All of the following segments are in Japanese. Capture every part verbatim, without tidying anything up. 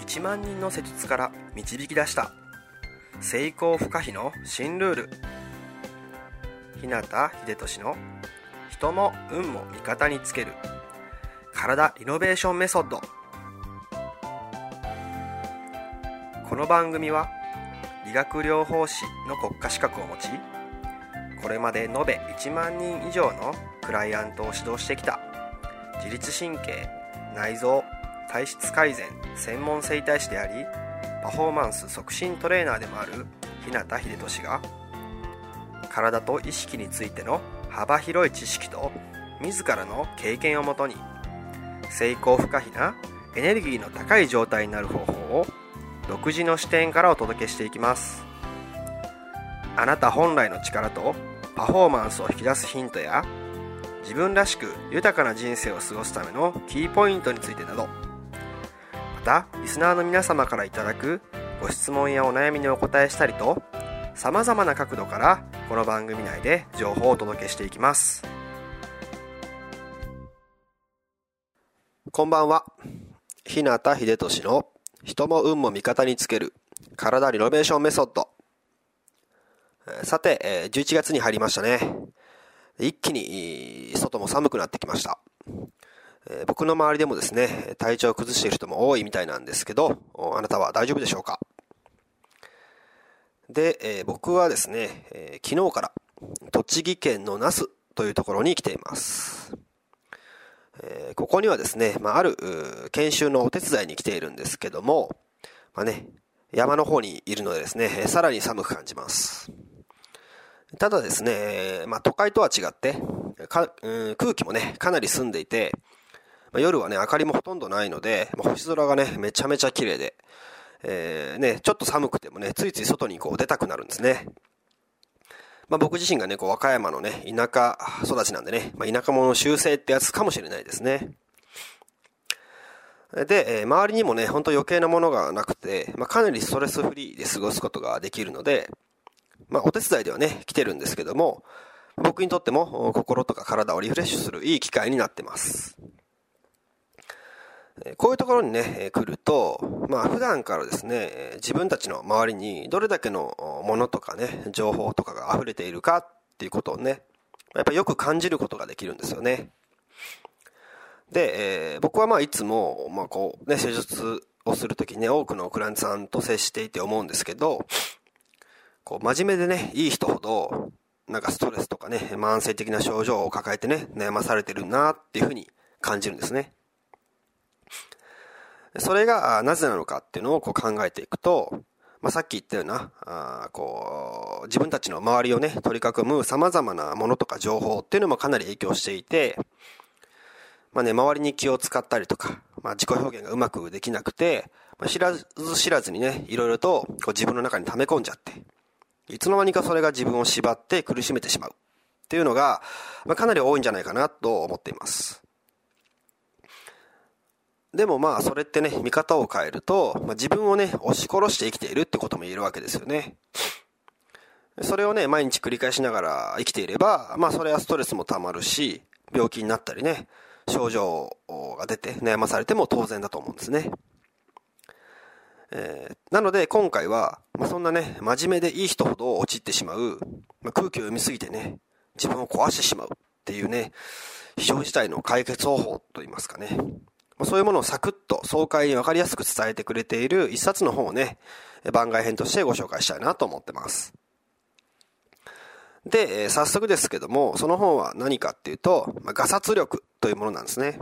ちまんにんの施術から導き出した成功不可避の新ルール。日向秀俊の人も運も味方につける体リノベーションメソッド。この番組は理学療法士の国家資格を持ち、これまで延べいちまんにん以上のクライアントを指導してきた自律神経、内臓、体質改善専門整体師であり、パフォーマンス促進トレーナーでもある日向秀俊が、体と意識についての幅広い知識と自らの経験をもとに、成功不可避なエネルギーの高い状態になる方法を独自の視点からお届けしていきます。あなた本来の力とパフォーマンスを引き出すヒントや、自分らしく豊かな人生を過ごすためのキーポイントについてなど、またリスナーの皆様からいただくご質問やお悩みにお答えしたりと、さまざまな角度からこの番組内で情報をお届けしていきます。こんばんは。日向秀俊の人も運も味方につける体リノベーションメソッド。さて、じゅういちがつに入りましたね。一気に外も寒くなってきました。僕の周りでもですね、体調を崩している人も多いみたいなんですけど、あなたは大丈夫でしょうか？で、僕はですね、昨日から栃木県の那須というところに来ています。ここにはですね、まあ、ある研修のお手伝いに来ているんですけども、まあね、山の方にいるのでですね、さらに寒く感じます。ただですね、まあ、都会とは違ってか、うん、空気もねかなり澄んでいて、まあ、夜はね明かりもほとんどないので、まあ、星空がねめちゃめちゃ綺麗で、えーね、ちょっと寒くてもねついつい外にこう出たくなるんですね。まあ、僕自身がねこう和歌山のね田舎育ちなんでね、まあ、田舎者の習性ってやつかもしれないですね。で、えー、周りにもね本当余計なものがなくて、まあ、かなりストレスフリーで過ごすことができるので、まあ、お手伝いではね来てるんですけども、僕にとっても心とか体をリフレッシュするいい機会になってます。こういうところにね来ると、まあ普段からですね自分たちの周りにどれだけのものとかね情報とかが溢れているかっていうことをねやっぱりよく感じることができるんですよね。で、えー、僕はまあいつもまあこうね施術をするときにね多くのクライアントさんと接していて思うんですけど、こう真面目でねいい人ほどなんかストレスとかね慢性的な症状を抱えてね悩まされてるなっていうふうに感じるんですね。それがなぜなのかっていうのをこう考えていくと、まあ、さっき言ったようなあこう自分たちの周りをね取り囲むさまざまなものとか情報っていうのもかなり影響していて、まあね、周りに気を使ったりとか、まあ、自己表現がうまくできなくて、まあ、知らず知らずにねいろいろとこう自分の中に溜め込んじゃって、いつの間にかそれが自分を縛って苦しめてしまうっていうのが、まあ、かなり多いんじゃないかなと思っています。でもまあそれってね見方を変えると、まあ、自分をね押し殺して生きているってことも言えるわけですよね。それをね毎日繰り返しながら生きていれば、まあそれはストレスもたまるし、病気になったりね症状が出て悩まされても当然だと思うんですね。えー、なので今回は、まあ、そんなね真面目でいい人ほど陥ってしまう、まあ、空気を読みすぎてね自分を壊してしまうっていうね非常事態の解決方法といいますかね、そういうものをサクッと爽快に分かりやすく伝えてくれている一冊の本をね番外編としてご紹介したいなと思ってます。で、早速ですけども、その本は何かっていうと、まあ、ガサツ力というものなんですね。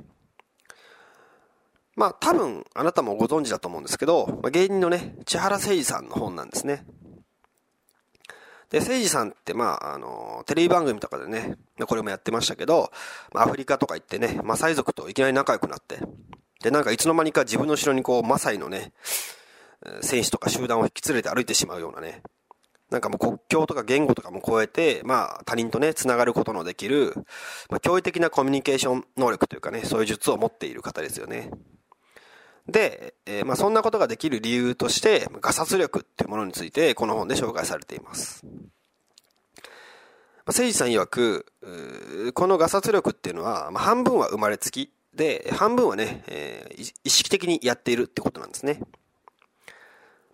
まあ多分あなたもご存知だと思うんですけど、まあ、芸人のね千原誠二さんの本なんですね。で誠二さんってまああのテレビ番組とかでねこれもやってましたけど、まあ、アフリカとか行ってねマサイ族といきなり仲良くなって、でなんかいつの間にか自分の後ろにこうマサイのね選手とか集団を引き連れて歩いてしまうようなね、なんかもう国境とか言語とかも超えて、まあ他人とねつながることのできる、まあ、驚異的なコミュニケーション能力というかね、そういう術を持っている方ですよね。で、えー、まあそんなことができる理由としてガサツ力っていうものについてこの本で紹介されています。誠司さん曰く、このガサツ力っていうのは、まあ、半分は生まれつきで半分はね、えー、意識的にやっているってことなんですね。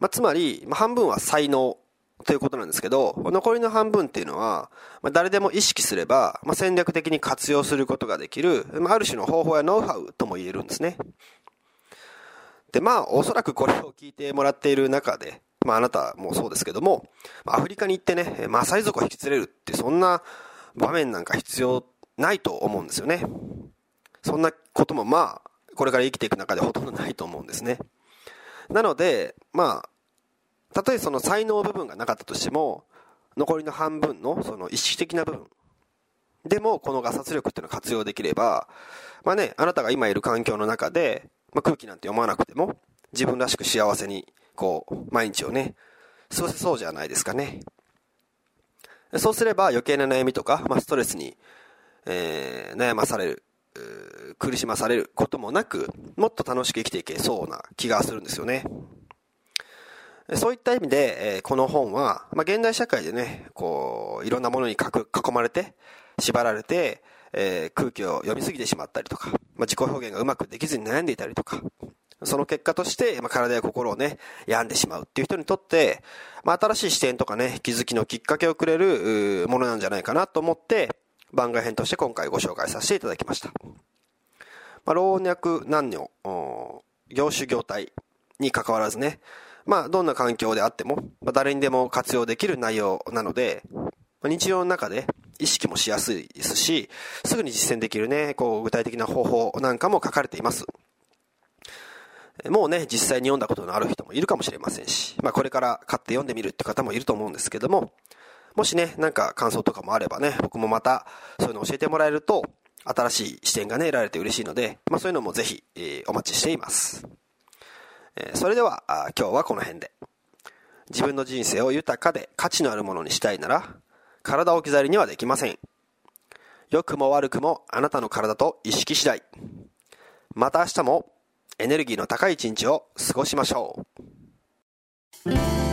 まあ、つまり、まあ、半分は才能ということなんですけど、残りの半分っていうのは、まあ、誰でも意識すれば、まあ、戦略的に活用することができる、まあ、ある種の方法やノウハウとも言えるんですね。で、まあ、おそらくこれを聞いてもらっている中で、まあ、あなたもそうですけども、アフリカに行ってね、マサイ族を引き連れるって、そんな場面なんか必要ないと思うんですよね。そんなこともまあ、これから生きていく中でほとんどないと思うんですね。なので、まあ、たとえその才能部分がなかったとしても、残りの半分のその意識的な部分でもこのガサツ力っていうのを活用できれば、まあね、あなたが今いる環境の中で、まあ、空気なんて読まなくても自分らしく幸せにこう毎日をね過ごせそうじゃないですかね。そうすれば余計な悩みとか、まあ、ストレスに、えー、悩まされる、苦しまされることもなく、もっと楽しく生きていけそうな気がするんですよね。そういった意味で、えー、この本は、まあ、現代社会でね、こういろんなものに囲まれて縛られて、えー、空気を読みすぎてしまったりとか、まあ、自己表現がうまくできずに悩んでいたりとか、その結果として、まあ、体や心をね病んでしまうっていう人にとって、まあ、新しい視点とかね気づきのきっかけをくれるものなんじゃないかなと思って番外編として今回ご紹介させていただきました。まあ、老若男女業種業態に関わらずね、まあ、どんな環境であっても、まあ、誰にでも活用できる内容なので、まあ、日常の中で意識もしやすいですし、すぐに実践できるね、こう具体的な方法なんかも書かれています。もうね、実際に読んだことのある人もいるかもしれませんし、まあ、これから買って読んでみるって方もいると思うんですけども、もしね、なんか感想とかもあればね、僕もまたそういうのを教えてもらえると、新しい視点がね、得られて嬉しいので、まあ、そういうのもぜひ、えー、お待ちしています。それでは今日はこの辺で。自分の人生を豊かで価値のあるものにしたいなら、体を置き去りにはできません。良くも悪くもあなたの体と意識次第。また明日もエネルギーの高い一日を過ごしましょう。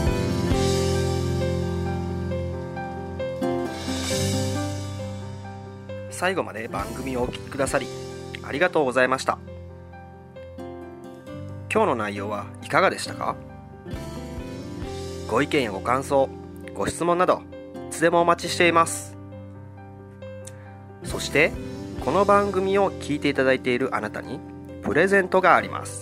最後まで番組をお聞きくださりありがとうございました。今日の内容はいかがでしたか？ご意見やご感想、ご質問などいつでもお待ちしています。そしてこの番組を聞いていただいているあなたにプレゼントがあります。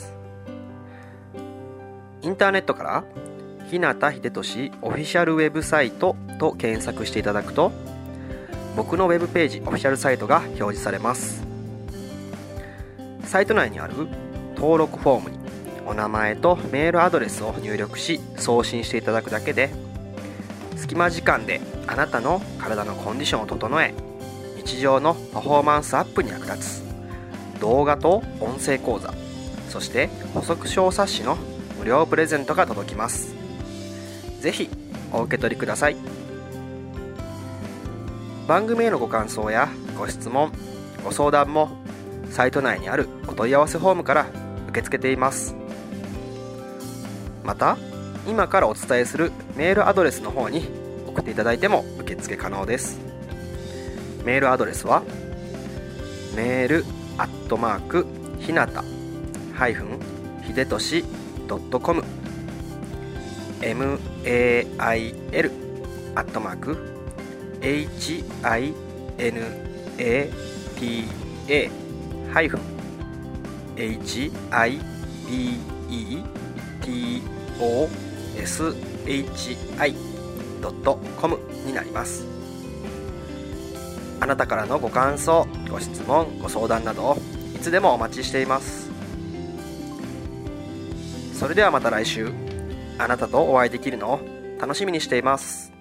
インターネットから日向秀俊オフィシャルウェブサイトと検索していただくと、僕のウェブページオフィシャルサイトが表示されます。サイト内にある登録フォームにお名前とメールアドレスを入力し送信していただくだけで、隙間時間であなたの体のコンディションを整え、日常のパフォーマンスアップに役立つ動画と音声講座、そして補足小冊子の無料プレゼントが届きます。ぜひお受け取りください。番組へのご感想やご質問、ご相談もサイト内にあるお問い合わせフォームから受け付けています。また今からお伝えするメールアドレスの方に送っていただいても受付可能です。メールアドレスはメールアットマークひなたハイフンひでとしドットコム メールアットマーク ヒナタハイフン ヒビトシドットコム になります。あなたからのご感想、ご質問、ご相談などいつでもお待ちしています。それではまた来週、あなたとお会いできるのを楽しみにしています。